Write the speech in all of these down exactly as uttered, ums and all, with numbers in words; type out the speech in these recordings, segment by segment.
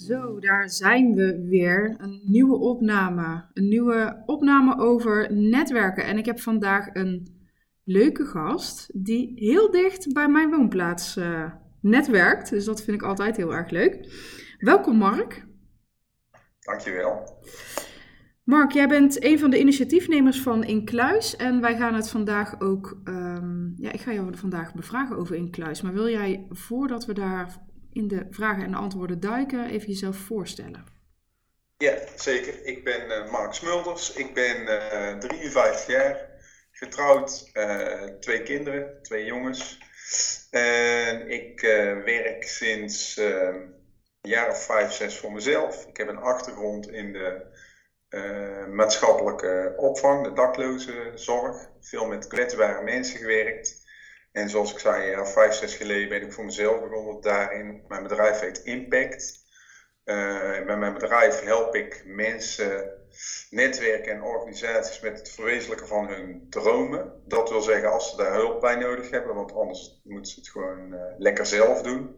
Zo, daar zijn we weer. Een nieuwe opname. Een nieuwe opname over netwerken. En ik heb vandaag een leuke gast die heel dicht bij mijn woonplaats uh, netwerkt. Dus dat vind ik altijd heel erg leuk. Welkom Mark. Dankjewel. Mark, jij bent een van de initiatiefnemers van Incluis. En wij gaan het vandaag ook... Um, ja, ik ga jou vandaag bevragen over Incluis. Maar wil jij, voordat we daar in de vragen en antwoorden duiken, even jezelf voorstellen? Ja, zeker. Ik ben uh, Mark Smulders. Ik ben uh, drieënvijftig jaar, getrouwd, uh, twee kinderen, twee jongens. En ik uh, werk sinds uh, een jaar of vijf, zes voor mezelf. Ik heb een achtergrond in de uh, maatschappelijke opvang, de daklozenzorg. Veel met kwetsbare mensen gewerkt. En zoals ik zei, ja, vijf, zes geleden ben ik voor mezelf begonnen daarin. Mijn bedrijf heet Impact. Uh, met mijn bedrijf help ik mensen, netwerken en organisaties met het verwezenlijken van hun dromen. Dat wil zeggen als ze daar hulp bij nodig hebben, want anders moeten ze het gewoon uh, lekker zelf doen.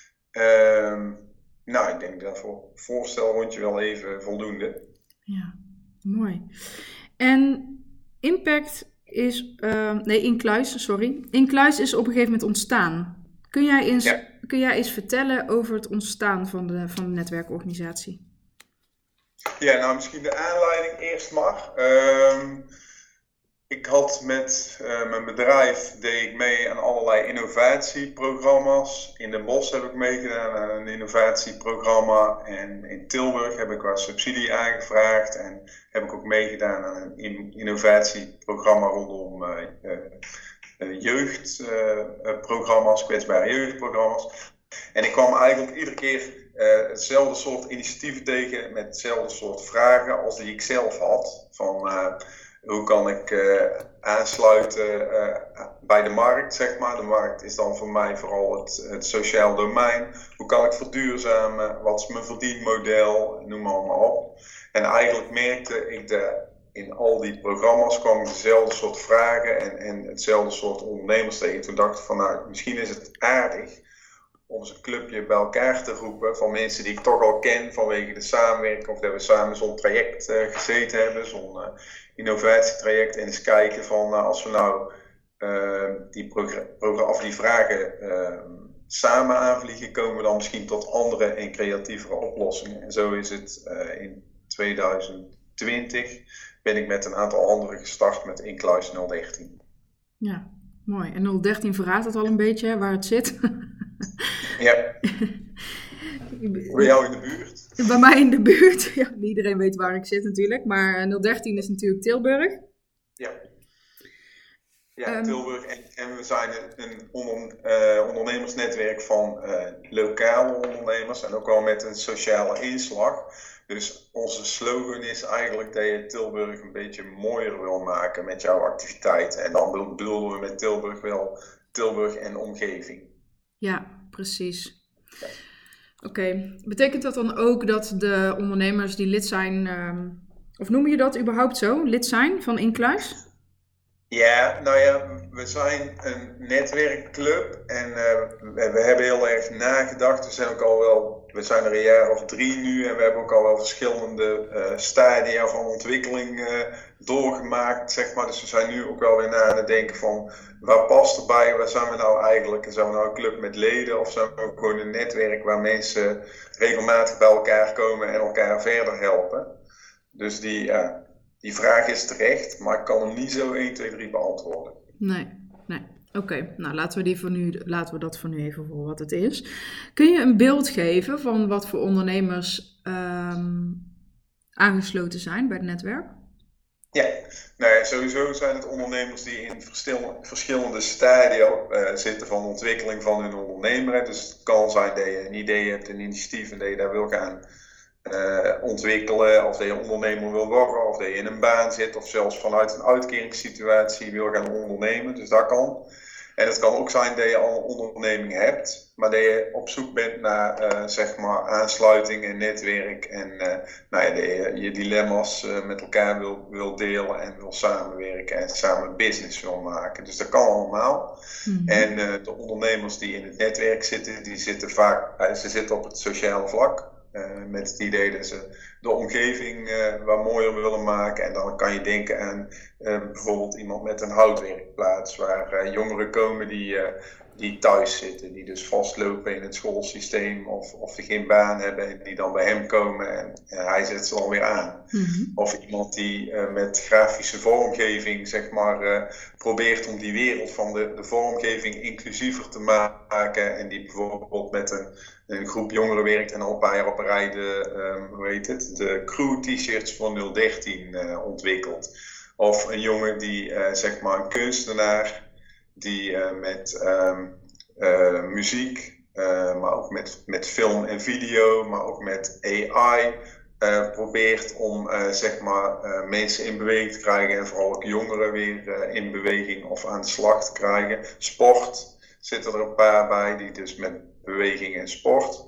Uh, nou, ik denk dat voor voorstel rondje wel even voldoende. Ja, mooi. En Impact is, uh, nee, Incluis, sorry. Incluis is op een gegeven moment ontstaan. Kun jij eens, ja. kun jij eens vertellen over het ontstaan van de, van de netwerkorganisatie? Ja, nou misschien de aanleiding eerst maar. Uh, ik had met uh, mijn bedrijf, deed ik mee aan allerlei innovatieprogramma's. In Den Bosch heb ik meegedaan aan een innovatieprogramma. En in Tilburg heb ik wat subsidie aangevraagd. En heb ik ook meegedaan aan een in- innovatieprogramma rondom uh, uh, uh, jeugdprogramma's, uh, kwetsbare jeugdprogramma's. En ik kwam eigenlijk iedere keer uh, hetzelfde soort initiatieven tegen met hetzelfde soort vragen als die ik zelf had. Van uh, hoe kan ik uh, aansluiten uh, bij de markt, zeg maar. De markt is dan voor mij vooral het, het sociaal domein. Hoe kan ik verduurzamen? Wat is mijn verdienmodel? Noem maar allemaal op. En eigenlijk merkte ik dat in al die programma's kwam dezelfde soort vragen en, en hetzelfde soort ondernemers tegen. Toen dacht ik van nou, misschien is het aardig om eens een clubje bij elkaar te roepen van mensen die ik toch al ken vanwege de samenwerking. Of dat we samen zo'n traject uh, gezeten hebben, zo'n uh, innovatietraject. En eens kijken van uh, als we nou uh, die, progr- progr- of die vragen uh, samen aanvliegen, komen we dan misschien tot andere en creatievere oplossingen. En zo is het uh, in tweeduizend twintig ben ik met een aantal anderen gestart met Incluis nul dertien. Ja, mooi. En nul dertien verraadt het al een beetje hè, waar het zit. Ja. Bij jou in de buurt? Bij mij in de buurt. Ja, niet iedereen weet waar ik zit natuurlijk. Maar nul dertien is natuurlijk Tilburg. Ja. Ja, um, Tilburg. En, en we zijn een onder, uh, ondernemersnetwerk van uh, lokale ondernemers. En ook wel met een sociale inslag. Dus onze slogan is eigenlijk dat je Tilburg een beetje mooier wil maken met jouw activiteiten. En dan bedoelen we met Tilburg wel Tilburg en omgeving. Ja, precies. Ja. Oké, okay. Betekent dat dan ook dat de ondernemers die lid zijn, um, of noem je dat überhaupt zo, lid zijn van Incluis? Ja, nou ja, we zijn een netwerkclub en uh, we, we hebben heel erg nagedacht. We zijn ook al wel, we zijn er een jaar of drie nu en we hebben ook al wel verschillende uh, stadia van ontwikkeling uh, doorgemaakt, zeg maar. Dus we zijn nu ook wel weer na aan het denken van, waar past erbij, waar zijn we nou eigenlijk? Zijn we nou een club met leden of zijn we ook gewoon een netwerk waar mensen regelmatig bij elkaar komen en elkaar verder helpen? Dus die, ja, die vraag is terecht, maar ik kan hem niet zo één, twee, drie beantwoorden. Nee, nee. Oké, okay. Nou laten we, die voor nu, laten we dat voor nu even voor wat het is. Kun je een beeld geven van wat voor ondernemers um, aangesloten zijn bij het netwerk? Ja, nou ja, sowieso zijn het ondernemers die in verschillende stadia uh, zitten van ontwikkeling van hun ondernemer. Dus het kan zijn dat je een idee hebt, een initiatief en dat je daar wil gaan uh, ontwikkelen. Of dat je ondernemer wil worden, of dat je in een baan zit. Of zelfs vanuit een uitkeringssituatie wil gaan ondernemen. Dus dat kan. En het kan ook zijn dat je al een onderneming hebt, maar dat je op zoek bent naar uh, zeg maar aansluiting en netwerk en uh, nou ja, dat je je dilemma's uh, met elkaar wil, wil delen en wil samenwerken en samen business wil maken. Dus dat kan allemaal. Mm-hmm. En uh, de ondernemers die in het netwerk zitten, die zitten vaak, uh, ze zitten op het sociale vlak. Uh, met het idee dat ze de omgeving uh, wat mooier willen maken. En dan kan je denken aan uh, bijvoorbeeld iemand met een houtwerkplaats, waar uh, jongeren komen die, uh, die thuis zitten, die dus vastlopen in het schoolsysteem of, of die geen baan hebben en die dan bij hem komen en uh, hij zet ze dan weer aan. Mm-hmm. Of iemand die uh, met grafische vormgeving zeg maar uh, probeert om die wereld van de, de vormgeving inclusiever te maken en die bijvoorbeeld met een, een groep jongeren werkt en al een paar jaar op een rij de, um, hoe heet het, de crew t-shirts van nul dertien uh, ontwikkelt. Of een jongen die uh, zeg maar een kunstenaar die uh, met um, uh, muziek, uh, maar ook met, met film en video, maar ook met A I uh, probeert om uh, zeg maar uh, mensen in beweging te krijgen en vooral ook jongeren weer uh, in beweging of aan de slag te krijgen. Sport zitten er een paar bij die dus met beweging en sport.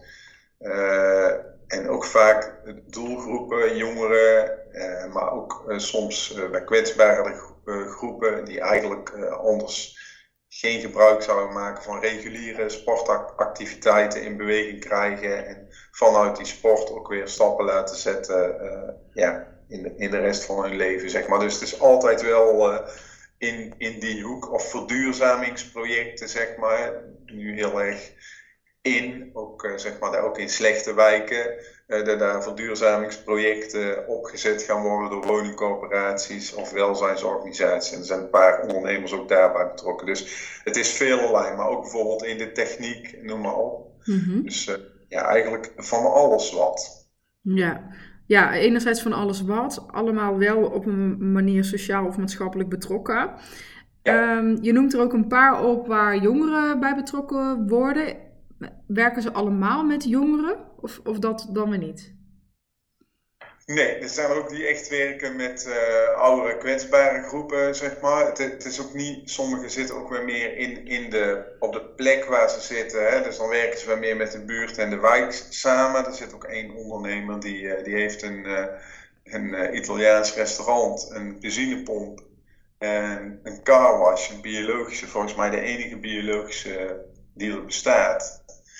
Uh, en ook vaak doelgroepen, jongeren, uh, maar ook uh, soms uh, bij kwetsbare uh, groepen die eigenlijk uh, anders geen gebruik zouden maken van reguliere sportactiviteiten in beweging krijgen en vanuit die sport ook weer stappen laten zetten uh, ja, in, de, in de rest van hun leven, zeg maar. Dus het is altijd wel uh, in, in die hoek of verduurzamingsprojecten, zeg maar, nu heel erg in, ook, uh, zeg maar, daar ook in slechte wijken, uh, dat daar verduurzamingsprojecten opgezet gaan worden door woningcorporaties of welzijnsorganisaties. En er zijn een paar ondernemers ook daarbij betrokken. Dus het is veelal, maar ook bijvoorbeeld in de techniek, noem maar op. Mm-hmm. Dus uh, ja, eigenlijk van alles wat. Ja. Ja, enerzijds van alles wat, allemaal wel op een manier sociaal of maatschappelijk betrokken. Ja. Um, je noemt er ook een paar op waar jongeren bij betrokken worden. Werken ze allemaal met jongeren of, of dat dan weer niet? Nee, er zijn ook die echt werken met uh, oudere kwetsbare groepen, zeg maar. Het, het is ook niet, sommigen zitten ook weer meer in, in de, op de plek waar ze zitten. Hè? Dus dan werken ze weer meer met de buurt en de wijk samen. Er zit ook één ondernemer die, uh, die heeft een, uh, een uh, Italiaans restaurant, een benzinepomp en een carwash, een biologische, volgens mij de enige biologische die er bestaat.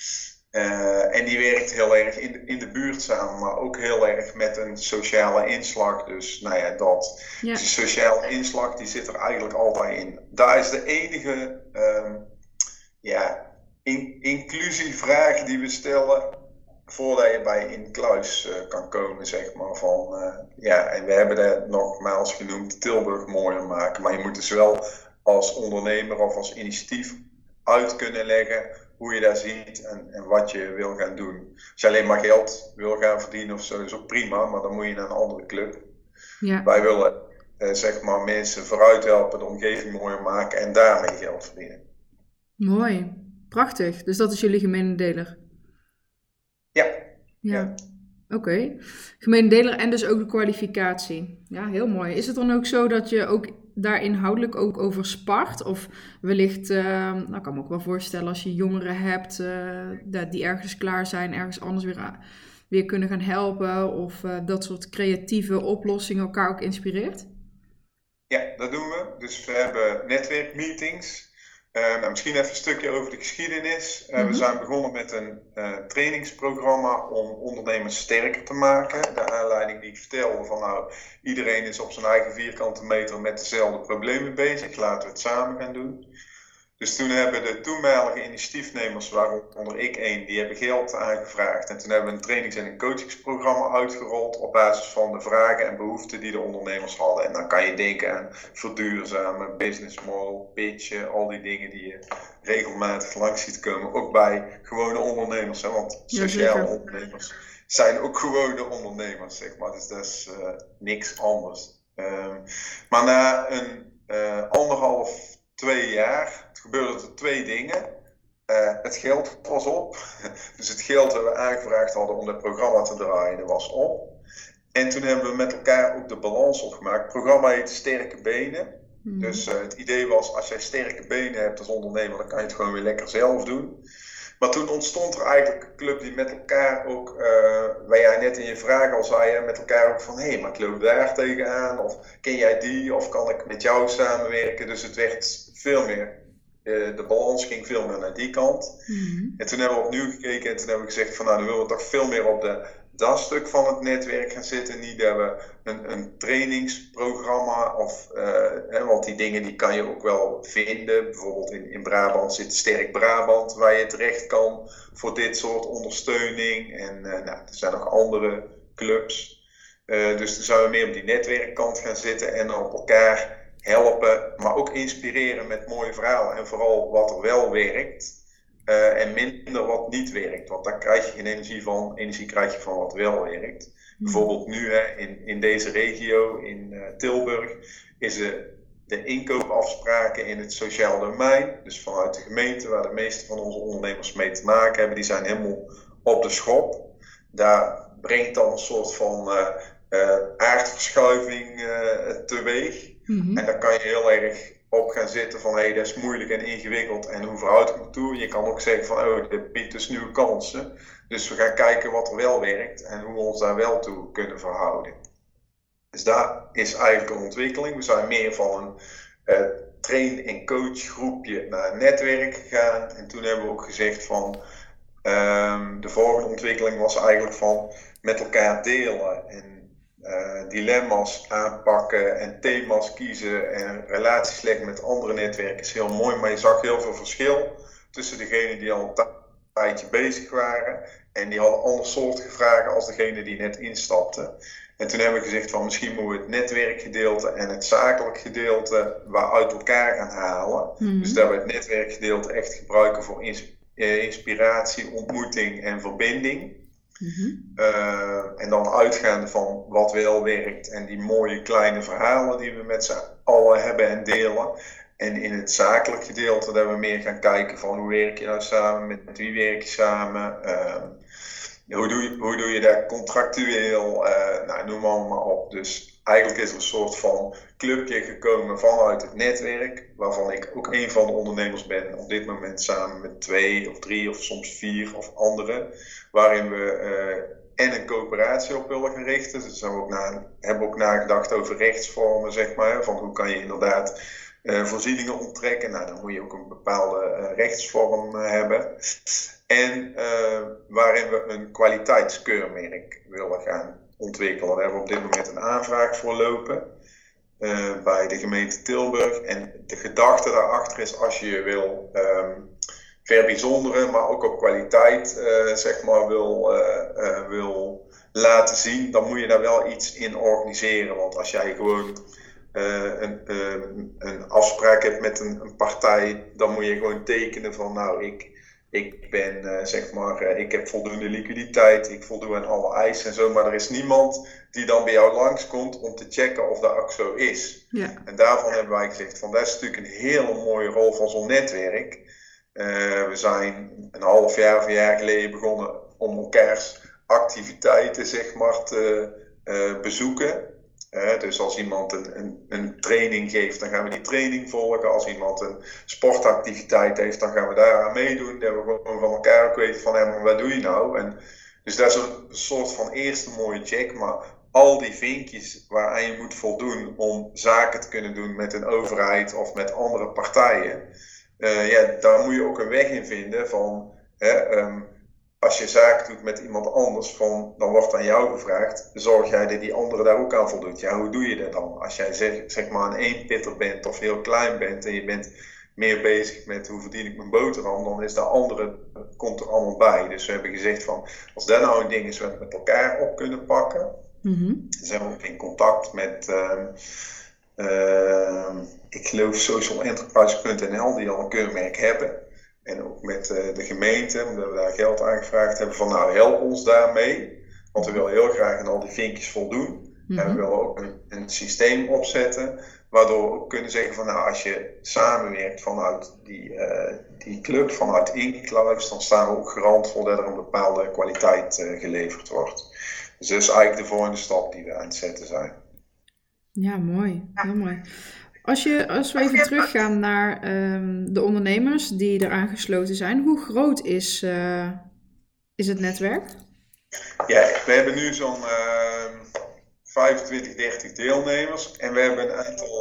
Uh, en die werkt heel erg in de, in de buurt samen, maar ook heel erg met een sociale inslag. Dus nou ja, dat. Ja. Die sociale inslag die zit er eigenlijk altijd in. Daar is de enige um, ja, in, inclusievraag die we stellen voordat je bij Incluis uh, kan komen, zeg maar. Van, uh, ja, en we hebben dat nogmaals genoemd, Tilburg mooier maken. Maar je moet dus wel als ondernemer of als initiatief uit kunnen leggen hoe je dat ziet en, en wat je wil gaan doen. Als je alleen maar geld wil gaan verdienen of zo, is ook prima, maar dan moet je naar een andere club. Ja. Wij willen eh, zeg maar mensen vooruit helpen, de omgeving mooier maken en daarmee geld verdienen. Mooi, prachtig. Dus dat is jullie gemene deler? Ja. Ja. ja. Oké. Okay. Gemene deler en dus ook de kwalificatie. Ja, heel mooi. Is het dan ook zo dat je ook daar inhoudelijk ook over spart? Of wellicht, uh, nou kan ik me ook wel voorstellen als je jongeren hebt uh, die ergens klaar zijn, ergens anders weer, weer kunnen gaan helpen of uh, dat soort creatieve oplossingen elkaar ook inspireert? Ja, dat doen we. Dus we hebben netwerkmeetings. Uh, nou, misschien even een stukje over de geschiedenis. Uh, mm-hmm. We zijn begonnen met een uh, trainingsprogramma om ondernemers sterker te maken. De aanleiding die ik vertelde van nou, iedereen is op zijn eigen vierkante meter met dezelfde problemen bezig. Laten we het samen gaan doen. Dus toen hebben de toenmalige initiatiefnemers, waaronder ik één, die hebben geld aangevraagd. En toen hebben we een trainings- en een coachingsprogramma uitgerold op basis van de vragen en behoeften die de ondernemers hadden. En dan kan je denken aan verduurzamen, business model, pitchen, al die dingen die je regelmatig langs ziet komen. Ook bij gewone ondernemers, hè, want sociale ja, ondernemers zijn ook gewone ondernemers, zeg maar. Dus dat is uh, niks anders. Um, maar na een uh, anderhalf Twee jaar, het gebeurde er twee dingen. Uh, het geld was op. Dus het geld dat we aangevraagd hadden om het programma te draaien, was op. En toen hebben we met elkaar ook de balans opgemaakt. Het programma heet Sterke Benen. Mm. Dus uh, het idee was, als jij sterke benen hebt als ondernemer, dan kan je het gewoon weer lekker zelf doen. Maar toen ontstond er eigenlijk een club die met elkaar ook, uh, waar jij net in je vraag al zei, met elkaar ook van, hé, hey, maar ik loop daar tegenaan, of ken jij die, of kan ik met jou samenwerken? Dus het werd veel meer uh, de balans ging veel meer naar die kant. Mm-hmm. En toen hebben we opnieuw gekeken en toen hebben we gezegd van nou, dan willen we toch veel meer op de, dat stuk van het netwerk gaan zitten. Niet dat we een, een trainingsprogramma of, uh, hè, want die dingen die kan je ook wel vinden. Bijvoorbeeld in, in Brabant zit Sterk Brabant, waar je terecht kan voor dit soort ondersteuning. En uh, nou, er zijn nog andere clubs. Uh, dus dan zouden we meer op die netwerkkant gaan zitten en op elkaar helpen, maar ook inspireren met mooie verhalen. En vooral wat er wel werkt uh, en minder wat niet werkt. Want daar krijg je geen energie van. Energie krijg je van wat wel werkt. Mm. Bijvoorbeeld nu hè, in, in deze regio, in uh, Tilburg, is er de inkoopafspraken in het sociaal domein. Dus vanuit de gemeente, waar de meeste van onze ondernemers mee te maken hebben, die zijn helemaal op de schop. Daar brengt dan een soort van uh, uh, aardverschuiving uh, teweeg. Mm-hmm. En daar kan je heel erg op gaan zitten van hé, hey, dat is moeilijk en ingewikkeld en hoe verhoud ik me toe. Je kan ook zeggen van oh, dit biedt dus nieuwe kansen. Dus we gaan kijken wat er wel werkt en hoe we ons daar wel toe kunnen verhouden. Dus daar is eigenlijk een ontwikkeling. We zijn meer van een uh, train- en coachgroepje naar een netwerk gegaan. En toen hebben we ook gezegd van um, de volgende ontwikkeling was eigenlijk van met elkaar delen en Uh, dilemma's aanpakken en thema's kiezen en relaties leggen met andere netwerken is heel mooi, maar je zag heel veel verschil tussen degenen die al een tijdje bezig waren en die hadden ander soort vragen als degene die net instapte. En toen hebben we gezegd van misschien moeten we het netwerkgedeelte en het zakelijk gedeelte waar uit elkaar gaan halen. Mm-hmm. Dus dat we het netwerkgedeelte echt gebruiken voor ins- inspiratie, ontmoeting en verbinding. Mm-hmm. Uh, en dan uitgaande van wat wel werkt en die mooie kleine verhalen die we met z'n allen hebben en delen. En in het zakelijk gedeelte dat we meer gaan kijken van hoe werk je nou samen, met, met wie werk je samen, uh, hoe, doe je, hoe doe je dat contractueel, uh, nou, noem maar, maar op. Dus eigenlijk is er een soort van clubje gekomen vanuit het netwerk, waarvan ik ook een van de ondernemers ben op dit moment samen met twee of drie of soms vier of anderen. Waarin we uh, en een coöperatie op willen gaan richten. Dus we ook na, hebben ook nagedacht over rechtsvormen, zeg maar. Van hoe kan je inderdaad uh, voorzieningen onttrekken. Nou, dan moet je ook een bepaalde uh, rechtsvorm uh, hebben. En uh, waarin we een kwaliteitskeurmerk willen gaan ontwikkelen. Daar hebben we op dit moment een aanvraag voor lopen. Uh, bij de gemeente Tilburg. En de gedachte daarachter is als je je wil Um, verbijzonderen, maar ook op kwaliteit uh, zeg maar wil, uh, uh, wil laten zien, dan moet je daar wel iets in organiseren. Want als jij gewoon uh, een, uh, een afspraak hebt met een, een partij, dan moet je gewoon tekenen van nou, ik, ik ben uh, zeg maar, uh, ik heb voldoende liquiditeit, ik voldoe aan alle eisen en zo, maar er is niemand die dan bij jou langskomt om te checken of dat ook zo is. Ja. En daarvan hebben wij gezegd van dat is natuurlijk een hele mooie rol van zo'n netwerk. Uh, we zijn een half jaar of een jaar geleden begonnen om elkaars activiteiten zeg maar te uh, bezoeken. Uh, dus als iemand een, een, een training geeft, dan gaan we die training volgen. Als iemand een sportactiviteit heeft, dan gaan we daaraan meedoen. Dat we gewoon van elkaar ook weten van, hey, maar wat doe je nou? En, dus dat is een soort van eerste mooie check, maar al die vinkjes waaraan je moet voldoen om zaken te kunnen doen met een overheid of met andere partijen. Uh, ja, daar moet je ook een weg in vinden van, hè, um, als je zaken doet met iemand anders, van, dan wordt aan jou gevraagd, zorg jij dat die andere daar ook aan voldoet. Ja, hoe doe je dat dan? Als jij zeg, zeg maar een eenpitter bent of heel klein bent en je bent meer bezig met hoe verdien ik mijn boterham, dan is de andere, komt er allemaal bij. Dus we hebben gezegd van, als dat nou een ding is wat we met elkaar op kunnen pakken, mm-hmm. dan zijn we ook in contact met Um, Uh, ik geloof social enterprise punt n l die al een keurmerk hebben. En ook met uh, de gemeente, omdat we daar geld aangevraagd hebben van nou help ons daarmee. Want we willen heel graag aan al die vinkjes voldoen. Mm-hmm. En we willen ook een, een systeem opzetten waardoor we ook kunnen zeggen van nou als je samenwerkt vanuit die, uh, die club, vanuit Inkluis, dan staan we ook garant voor dat er een bepaalde kwaliteit uh, geleverd wordt. Dus dat is eigenlijk de volgende stap die we aan het zetten zijn. Ja, mooi. Heel mooi. Als, je, als we even teruggaan naar um, de ondernemers die er aangesloten zijn, hoe groot is, uh, is het netwerk? Ja, we hebben nu zo'n uh, vijfentwintig, dertig deelnemers en we hebben een aantal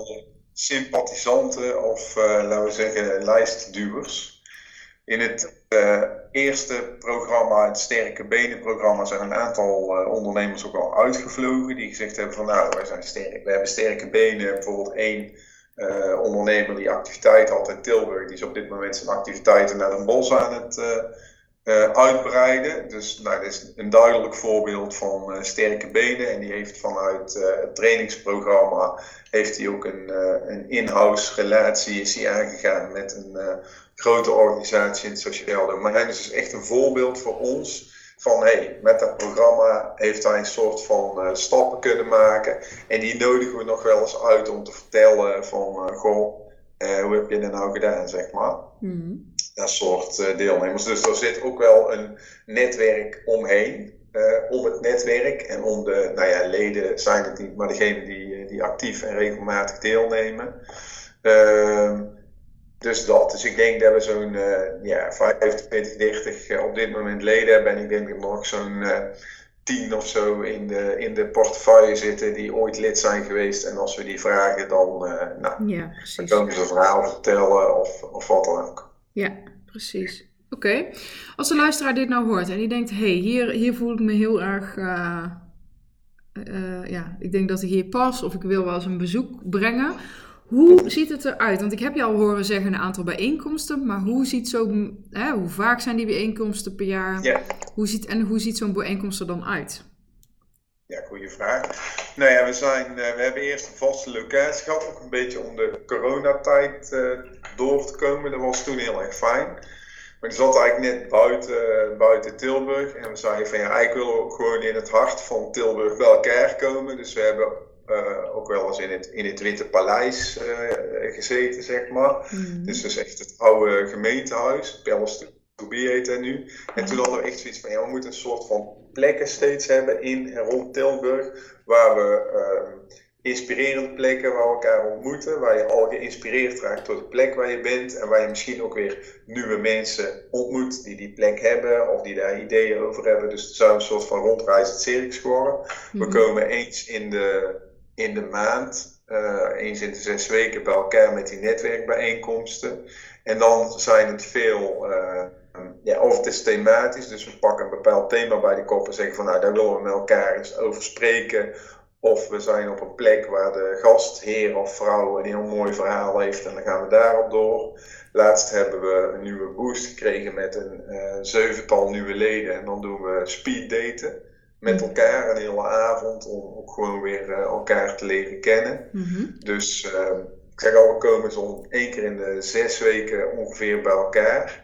sympathisanten of uh, laten we zeggen lijstduwers. In het uh, eerste programma, het Sterke Benen programma, zijn een aantal uh, ondernemers ook al uitgevlogen die gezegd hebben van nou, wij zijn sterk, we hebben sterke benen. Bijvoorbeeld één uh, ondernemer die activiteit had in Tilburg, die is op dit moment zijn activiteiten naar Den Bosch aan het uh, uh, uitbreiden. Dus nou, dat is een duidelijk voorbeeld van uh, sterke benen en die heeft vanuit uh, het trainingsprogramma heeft hij ook een, uh, een in-house relatie is hij aangegaan met een uh, grote organisatie in het sociaal domein. Dus het is echt een voorbeeld voor ons van hey, met dat programma heeft hij een soort van uh, stappen kunnen maken. En die nodigen we nog wel eens uit om te vertellen van uh, goh, uh, hoe heb je dat nou gedaan, zeg maar. Mm-hmm. Dat soort uh, deelnemers. Dus er zit ook wel een netwerk omheen. Uh, om het netwerk en om de, nou ja, leden zijn het niet, maar degenen die, die actief en regelmatig deelnemen. Uh, dus dat. Dus ik denk dat we zo'n uh, ja, vijfentwintig, dertig uh, op dit moment leden hebben. En ik denk dat er nog zo'n uh, tien of zo in de, in de portefeuille zitten die ooit lid zijn geweest. En als we die vragen, dan, uh, nou, ja, dan komen ze een verhaal vertellen of, of wat dan ook. Ja, precies. Oké, okay. Als de luisteraar dit nou hoort en die denkt, hé, hey, hier, hier voel ik me heel erg, uh, uh, ja, ik denk dat ik hier pas of ik wil wel eens een bezoek brengen. Hoe ziet het eruit? Want ik heb je al horen zeggen een aantal bijeenkomsten, maar hoe ziet zo'n, hè, hoe vaak zijn die bijeenkomsten per jaar? Ja. Hoe ziet, en hoe ziet zo'n bijeenkomst er dan uit? Ja, goede vraag. Nou ja, we, zijn, uh, we hebben eerst een vaste locatie gehad, ook een beetje om de coronatijd uh, door te komen. Dat was toen heel erg fijn. Maar die zat eigenlijk net buiten, buiten Tilburg. En we zeiden van ja, eigenlijk willen we gewoon in het hart van Tilburg bij elkaar komen. Dus we hebben uh, ook wel eens in het, in het Witte Paleis uh, gezeten, zeg maar. Mm. Dus dus echt het oude gemeentehuis, Palace to Be heet dat nu. En toen hadden we echt zoiets van ja, we moeten een soort van plekken steeds hebben in en rond Tilburg. Waar we uh, inspirerende plekken waar we elkaar ontmoeten, waar je al geïnspireerd raakt door de plek waar je bent en waar je misschien ook weer nieuwe mensen ontmoet die die plek hebben of die daar ideeën over hebben. Dus het zou een soort van rondreizend circus worden. Mm-hmm. We komen eens in de, in de maand, uh, eens in de zes weken bij elkaar met die netwerkbijeenkomsten. En dan zijn het veel, uh, ja, of het is thematisch, dus we pakken een bepaald thema bij de kop en zeggen van nou, daar willen we met elkaar eens over spreken. Of we zijn op een plek waar de gastheer of vrouw een heel mooi verhaal heeft en dan gaan we daarop door. Laatst hebben we een nieuwe boost gekregen met een uh, zevental nieuwe leden en dan doen we speeddaten met elkaar een hele avond om ook gewoon weer uh, elkaar te leren kennen. Mm-hmm. Dus uh, ik zeg al, we komen zo'n één keer in de zes weken ongeveer bij elkaar.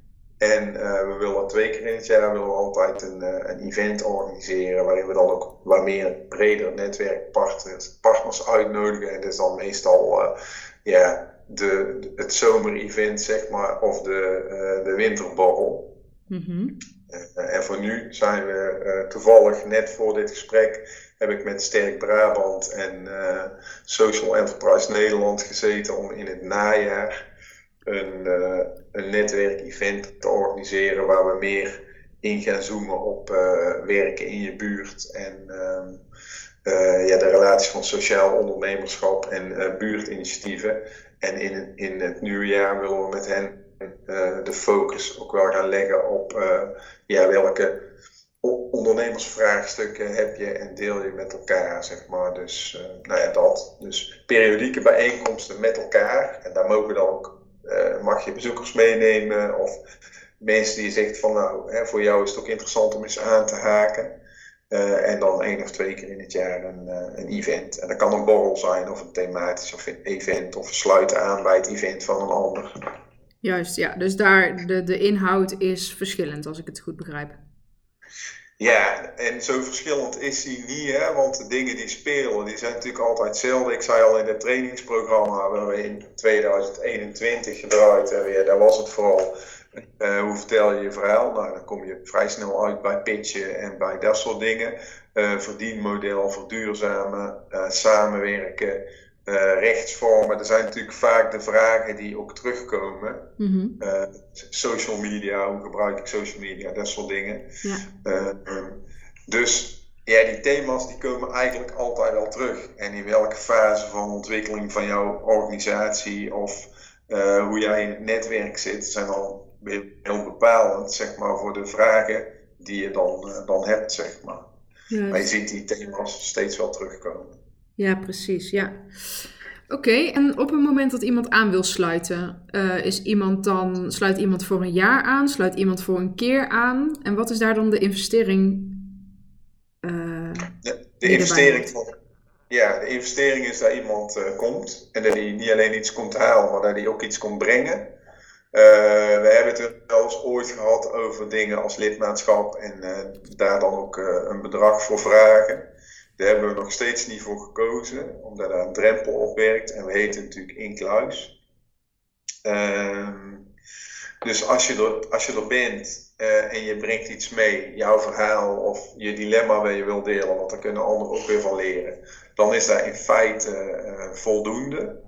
En uh, we willen twee keer in het jaar willen we altijd een, uh, een event organiseren waarin we dan ook wat meer breder netwerkpartners partners uitnodigen. En dat is dan meestal uh, ja, de, de, het zomer-event, zeg maar, of de, uh, de winterborrel. Mm-hmm. Uh, en voor nu zijn we uh, toevallig net voor dit gesprek heb ik met Sterk Brabant en uh, Social Enterprise Nederland gezeten om in het najaar een, uh, een netwerkevent te organiseren waar we meer in gaan zoomen op uh, werken in je buurt en uh, uh, ja, de relaties van sociaal ondernemerschap en uh, buurtinitiatieven. En in, in het nieuwe jaar willen we met hen uh, de focus ook wel gaan leggen op uh, ja, welke ondernemersvraagstukken heb je en deel je met elkaar, zeg maar. Dus, uh, nou ja, dat. Dus periodieke bijeenkomsten met elkaar. En daar mogen dan ook, uh, mag je bezoekers meenemen of mensen die je zegt van, nou, hè, voor jou is het ook interessant om eens aan te haken. Uh, en dan één of twee keer in het jaar een, uh, een event. En dat kan een borrel zijn of een thematisch of een event of sluiten aan bij het event van een ander. Juist, ja. Dus daar de, de inhoud is verschillend, als ik het goed begrijp. Ja, en zo verschillend is die niet, hè? Want de dingen die spelen, die zijn natuurlijk altijd hetzelfde. Ik zei al in het trainingsprogramma waar we in tweeduizend eenentwintig gedraaid hebben, ja, daar was het vooral, uh, hoe vertel je je verhaal? Nou, dan kom je vrij snel uit bij pitchen en bij dat soort dingen. Uh, verdienmodel, verduurzamen, uh, samenwerken, uh, rechtsvormen. Er zijn natuurlijk vaak de vragen die ook terugkomen. Mm-hmm. Uh, social media, hoe gebruik ik social media, dat soort dingen. Ja. Uh, um, dus ja, die thema's die komen eigenlijk altijd wel terug. En in welke fase van ontwikkeling van jouw organisatie of uh, hoe jij in het netwerk zit, zijn dan weer heel bepalend, zeg maar, voor de vragen die je dan, uh, dan hebt, zeg maar. Juist. Maar je ziet die thema's steeds wel terugkomen. Ja, precies, ja. Oké, okay, en op het moment dat iemand aan wil sluiten, uh, is iemand dan, sluit iemand voor een jaar aan, sluit iemand voor een keer aan? En wat is daar dan de investering? Uh, de, de investering van, ja, de investering is dat iemand uh, komt en dat hij niet alleen iets komt halen, maar dat hij ook iets komt brengen. Uh, we hebben het er wel eens ooit gehad over dingen als lidmaatschap en uh, daar dan ook uh, een bedrag voor vragen. Daar hebben we nog steeds niet voor gekozen, omdat daar een drempel op werkt en we heten natuurlijk Incluis. Uh, dus als je er, als je er bent uh, en je brengt iets mee, jouw verhaal of je dilemma waar je wil delen, want daar kunnen anderen ook weer van leren, dan is dat in feite uh, voldoende.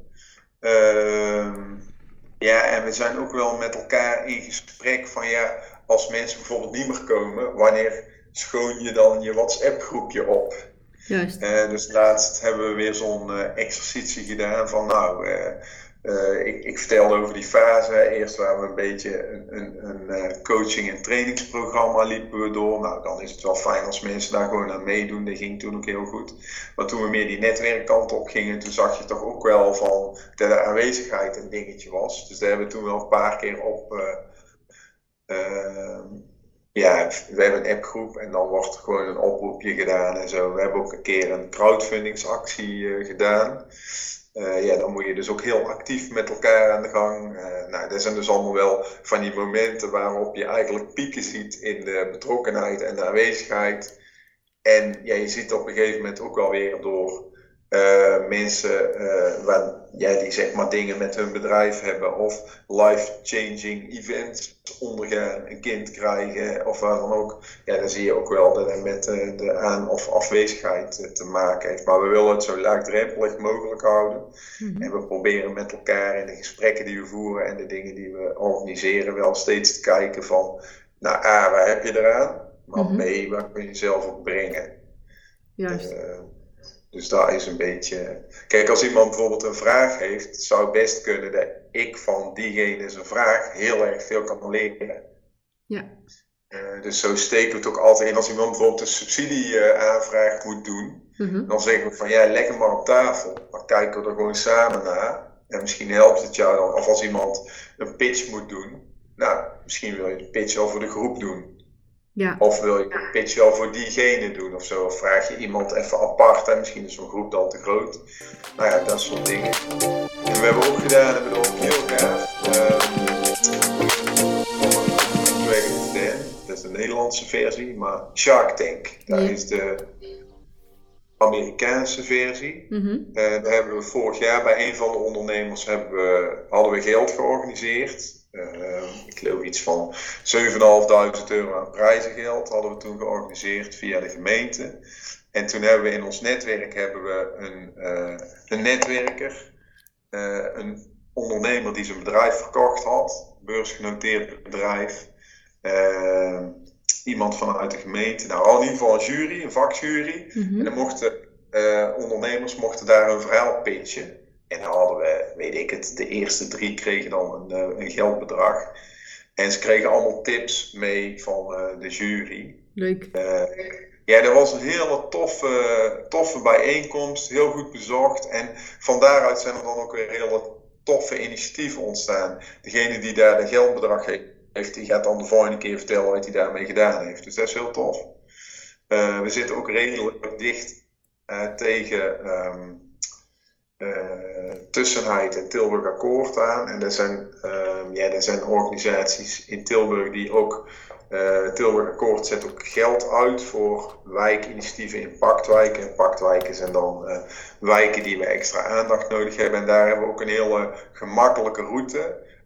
Uh, ja, en we zijn ook wel met elkaar in gesprek van ja, als mensen bijvoorbeeld niet meer komen, wanneer schoon je dan je WhatsApp groepje op? Juist. Uh, dus laatst hebben we weer zo'n uh, exercitie gedaan van nou, uh, uh, ik, ik vertelde over die fase. Eerst waren we een beetje een, een, een uh, coaching- en trainingsprogramma liepen we door. Nou, dan is het wel fijn als mensen daar gewoon aan meedoen. Dat ging toen ook heel goed. Maar toen we meer die netwerkkant op gingen, toen zag je toch ook wel van dat de aanwezigheid een dingetje was. Dus daar hebben we toen wel een paar keer op... Uh, uh, Ja, we hebben een appgroep en dan wordt er gewoon een oproepje gedaan en zo. We hebben ook een keer een crowdfundingsactie uh, gedaan. Uh, ja, dan moet je dus ook heel actief met elkaar aan de gang. Uh, nou, dat zijn dus allemaal wel van die momenten waarop je eigenlijk pieken ziet in de betrokkenheid en de aanwezigheid. En ja, je ziet op een gegeven moment ook wel weer door uh, mensen uh, waar, ja, die zeg maar dingen met hun bedrijf hebben of life-changing events ondergaan, een kind krijgen of waar dan ook. Ja, dan zie je ook wel dat het met uh, de aan- of afwezigheid uh, te maken heeft. Maar we willen het zo laagdrempelig mogelijk houden. Mm-hmm. En we proberen met elkaar in de gesprekken die we voeren en de dingen die we organiseren wel steeds te kijken van, nou A, waar heb je eraan? Maar mm-hmm. B, waar kun je zelf ook brengen? Juist. Uh, Dus dat is een beetje... Kijk, als iemand bijvoorbeeld een vraag heeft, zou het best kunnen dat ik van diegene zijn vraag heel erg veel kan leren. Ja. Uh, dus zo steken we het ook altijd in. Als iemand bijvoorbeeld een subsidieaanvraag uh, moet doen, mm-hmm. dan zeggen we van ja, leg hem maar op tafel. Dan kijken we er gewoon samen naar. En misschien helpt het jou dan. Of als iemand een pitch moet doen, nou, misschien wil je de pitch wel voor de groep doen. Ja. Of wil je een pitch wel voor diegene doen of zo? Of vraag je iemand even apart en misschien is zo'n groep dan te groot. Nou ja, dat soort dingen. En we hebben ook gedaan, hebben we ook heel gaaf. Uh, dat is de Nederlandse versie, maar Shark Tank. Dat ja. is de Amerikaanse versie. Mm-hmm. Uh, daar hebben we vorig jaar bij een van de ondernemers hebben we, hadden we geld georganiseerd. Uh, ik geloof iets van zevenduizend vijfhonderd euro aan prijzengeld hadden we toen georganiseerd via de gemeente. En toen hebben we in ons netwerk hebben we een, uh, een netwerker, uh, een ondernemer die zijn bedrijf verkocht had, beursgenoteerd bedrijf, uh, iemand vanuit de gemeente, nou in ieder geval een jury, een vakjury. Mm-hmm. En dan mochten uh, ondernemers mochten daar hun verhaal pitchen. En dan hadden we, weet ik het, de eerste drie kregen dan een, een geldbedrag. En ze kregen allemaal tips mee van uh, de jury. Leuk. Uh, ja, dat was een hele toffe, toffe bijeenkomst, heel goed bezocht. En van daaruit zijn er dan ook weer hele toffe initiatieven ontstaan. Degene die daar de geldbedrag heeft, die gaat dan de volgende keer vertellen wat hij daarmee gedaan heeft. Dus dat is heel tof. Uh, we zitten ook redelijk dicht uh, tegen... Um, Uh, Tussenheid en Tilburg Akkoord aan. En er zijn, uh, ja, er zijn organisaties in Tilburg die ook... Uh, Tilburg Akkoord zet ook geld uit voor wijkinitiatieven in paktwijken. En paktwijken zijn dan uh, wijken die we extra aandacht nodig hebben. En daar hebben we ook een hele gemakkelijke route.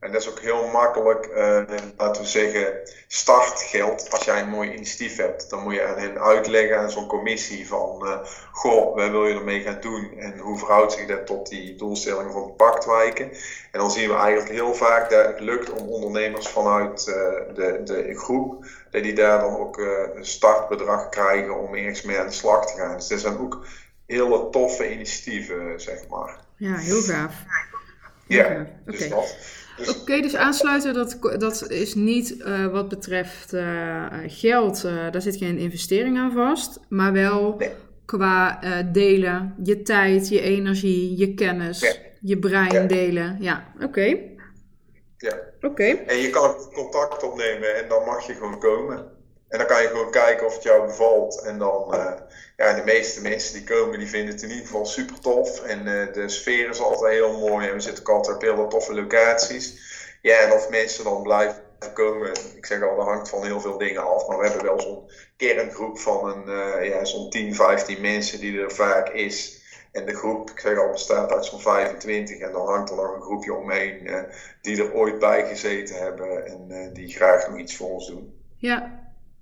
En dat is ook heel makkelijk, uh, laten we zeggen, startgeld. Als jij een mooi initiatief hebt, dan moet je aan hen uitleggen aan zo'n commissie van, uh, goh, wij willen ermee gaan doen en hoe verhoudt zich dat tot die doelstellingen van de paktwijken. En dan zien we eigenlijk heel vaak dat het lukt om ondernemers vanuit uh, de, de groep, dat die daar dan ook uh, een startbedrag krijgen om ergens mee aan de slag te gaan. Dus dat zijn ook hele toffe initiatieven, zeg maar. Ja, heel gaaf. Heel ja, gaaf. dus okay. dat. Dus... Oké, okay, dus aansluiten, dat, dat is niet uh, wat betreft uh, geld, uh, daar zit geen investering aan vast, maar wel nee. qua uh, delen, je tijd, je energie, je kennis, ja. je brein ja. delen. Ja, oké. Okay. Ja. Oké. Okay. En je kan contact opnemen en dan mag je gewoon komen. En dan kan je gewoon kijken of het jou bevalt. En dan, uh, ja, de meeste mensen die komen, die vinden het in ieder geval super tof. En uh, de sfeer is altijd heel mooi. En we zitten ook altijd op hele toffe locaties. Ja, en of mensen dan blijven komen, ik zeg al, dat hangt van heel veel dingen af. Maar we hebben wel zo'n kerngroep van een, uh, ja, zo'n tien, vijftien mensen die er vaak is. En de groep, ik zeg al, bestaat uit zo'n vijfentwintig. En dan hangt er nog een groepje omheen uh, die er ooit bij gezeten hebben. En uh, die graag nog iets voor ons doen. Ja.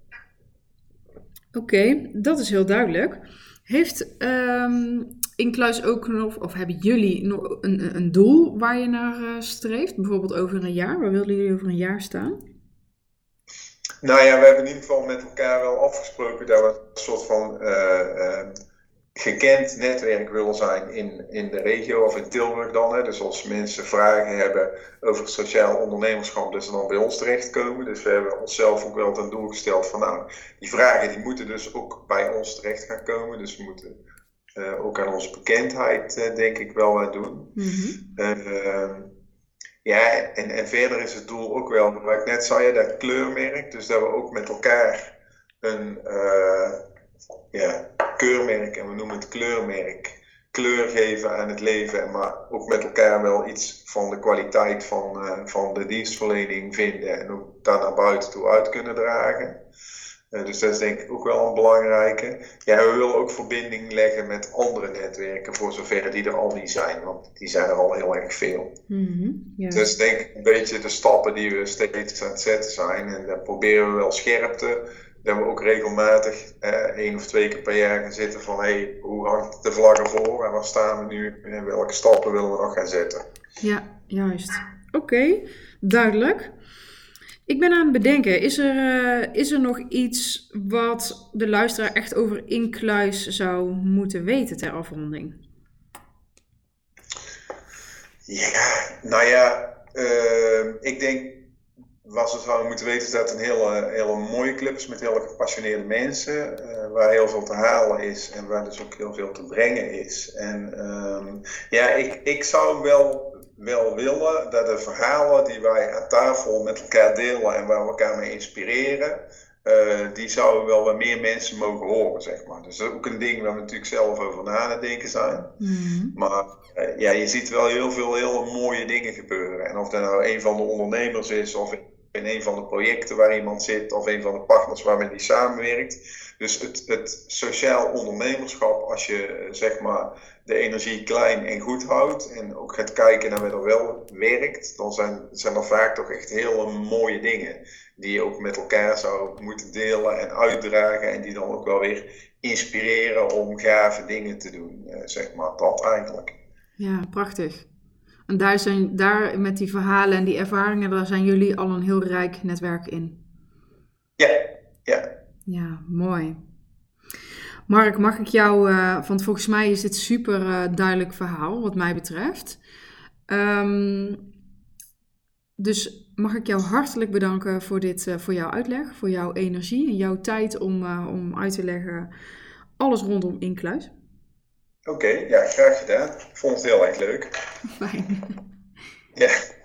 Oké, okay, dat is heel duidelijk. Heeft um, Incluis ook nog, of hebben jullie nog een, een doel waar je naar uh, streeft? Bijvoorbeeld over een jaar? Waar willen jullie over een jaar staan? Nou ja, we hebben in ieder geval met elkaar wel afgesproken dat we een soort van uh, uh, gekend netwerk willen zijn in, in de regio of in Tilburg dan. Hè. Dus als mensen vragen hebben over sociaal ondernemerschap, dat ze dan bij ons terechtkomen. Dus we hebben onszelf ook wel ten doel gesteld van nou, die vragen die moeten dus ook bij ons terecht gaan komen. Dus we moeten uh, ook aan onze bekendheid uh, denk ik wel aan doen. Mm-hmm. Uh, ja, en, en verder is het doel ook wel, wat ik net zei, dat kleurmerk. Dus dat we ook met elkaar een... Uh, Ja, keurmerk, en we noemen het kleurmerk, kleur geven aan het leven, maar ook met elkaar wel iets van de kwaliteit van, uh, van de dienstverlening vinden en ook daar naar buiten toe uit kunnen dragen. Uh, dus dat is denk ik ook wel een belangrijke. Ja, we willen ook verbinding leggen met andere netwerken, voor zover die er al niet zijn, want die zijn er al heel erg veel. Mm-hmm, yeah. Dus denk ik een beetje de stappen die we steeds aan het zetten zijn, en daar proberen we wel scherp te. Dat we ook regelmatig eh, één of twee keer per jaar gaan zitten van hey, hoe hangt de vlag ervoor en waar staan we nu en welke stappen willen we nog gaan zetten. Ja, juist. Oké, okay, duidelijk. Ik ben aan het bedenken, is er, uh, is er nog iets wat de luisteraar echt over Incluis zou moeten weten ter afronding? Ja, nou ja, uh, ik denk... Wat ze zouden moeten weten is dat het een hele, hele mooie club is met hele gepassioneerde mensen. Uh, waar heel veel te halen is en waar dus ook heel veel te brengen is. En um, ja, ik, ik zou wel, wel willen dat de verhalen die wij aan tafel met elkaar delen en waar we elkaar mee inspireren, uh, die zouden wel wat meer mensen mogen horen, zeg maar. Dus dat is ook een ding waar we natuurlijk zelf over na aan het denken zijn. Mm-hmm. Maar uh, ja, je ziet wel heel veel hele mooie dingen gebeuren. En of dat nou een van de ondernemers is of in een van de projecten waar iemand zit of een van de partners waarmee die samenwerkt. Dus het, het sociaal ondernemerschap, als je zeg maar de energie klein en goed houdt en ook gaat kijken naar wat er wel werkt, dan zijn, zijn er vaak toch echt hele mooie dingen die je ook met elkaar zou moeten delen en uitdragen en die dan ook wel weer inspireren om gave dingen te doen, zeg maar, dat eigenlijk. Ja, prachtig. En daar, zijn, daar met die verhalen en die ervaringen, daar zijn jullie al een heel rijk netwerk in. Ja, ja. Ja, mooi. Mark, mag ik jou, uh, want volgens mij is dit super uh, duidelijk verhaal wat mij betreft. Um, dus mag ik jou hartelijk bedanken voor, dit, uh, voor jouw uitleg, voor jouw energie en jouw tijd om, uh, om uit te leggen alles rondom Incluis. Oké, okay, ja, graag gedaan. Ik vond het heel erg leuk. Fijn. Ja.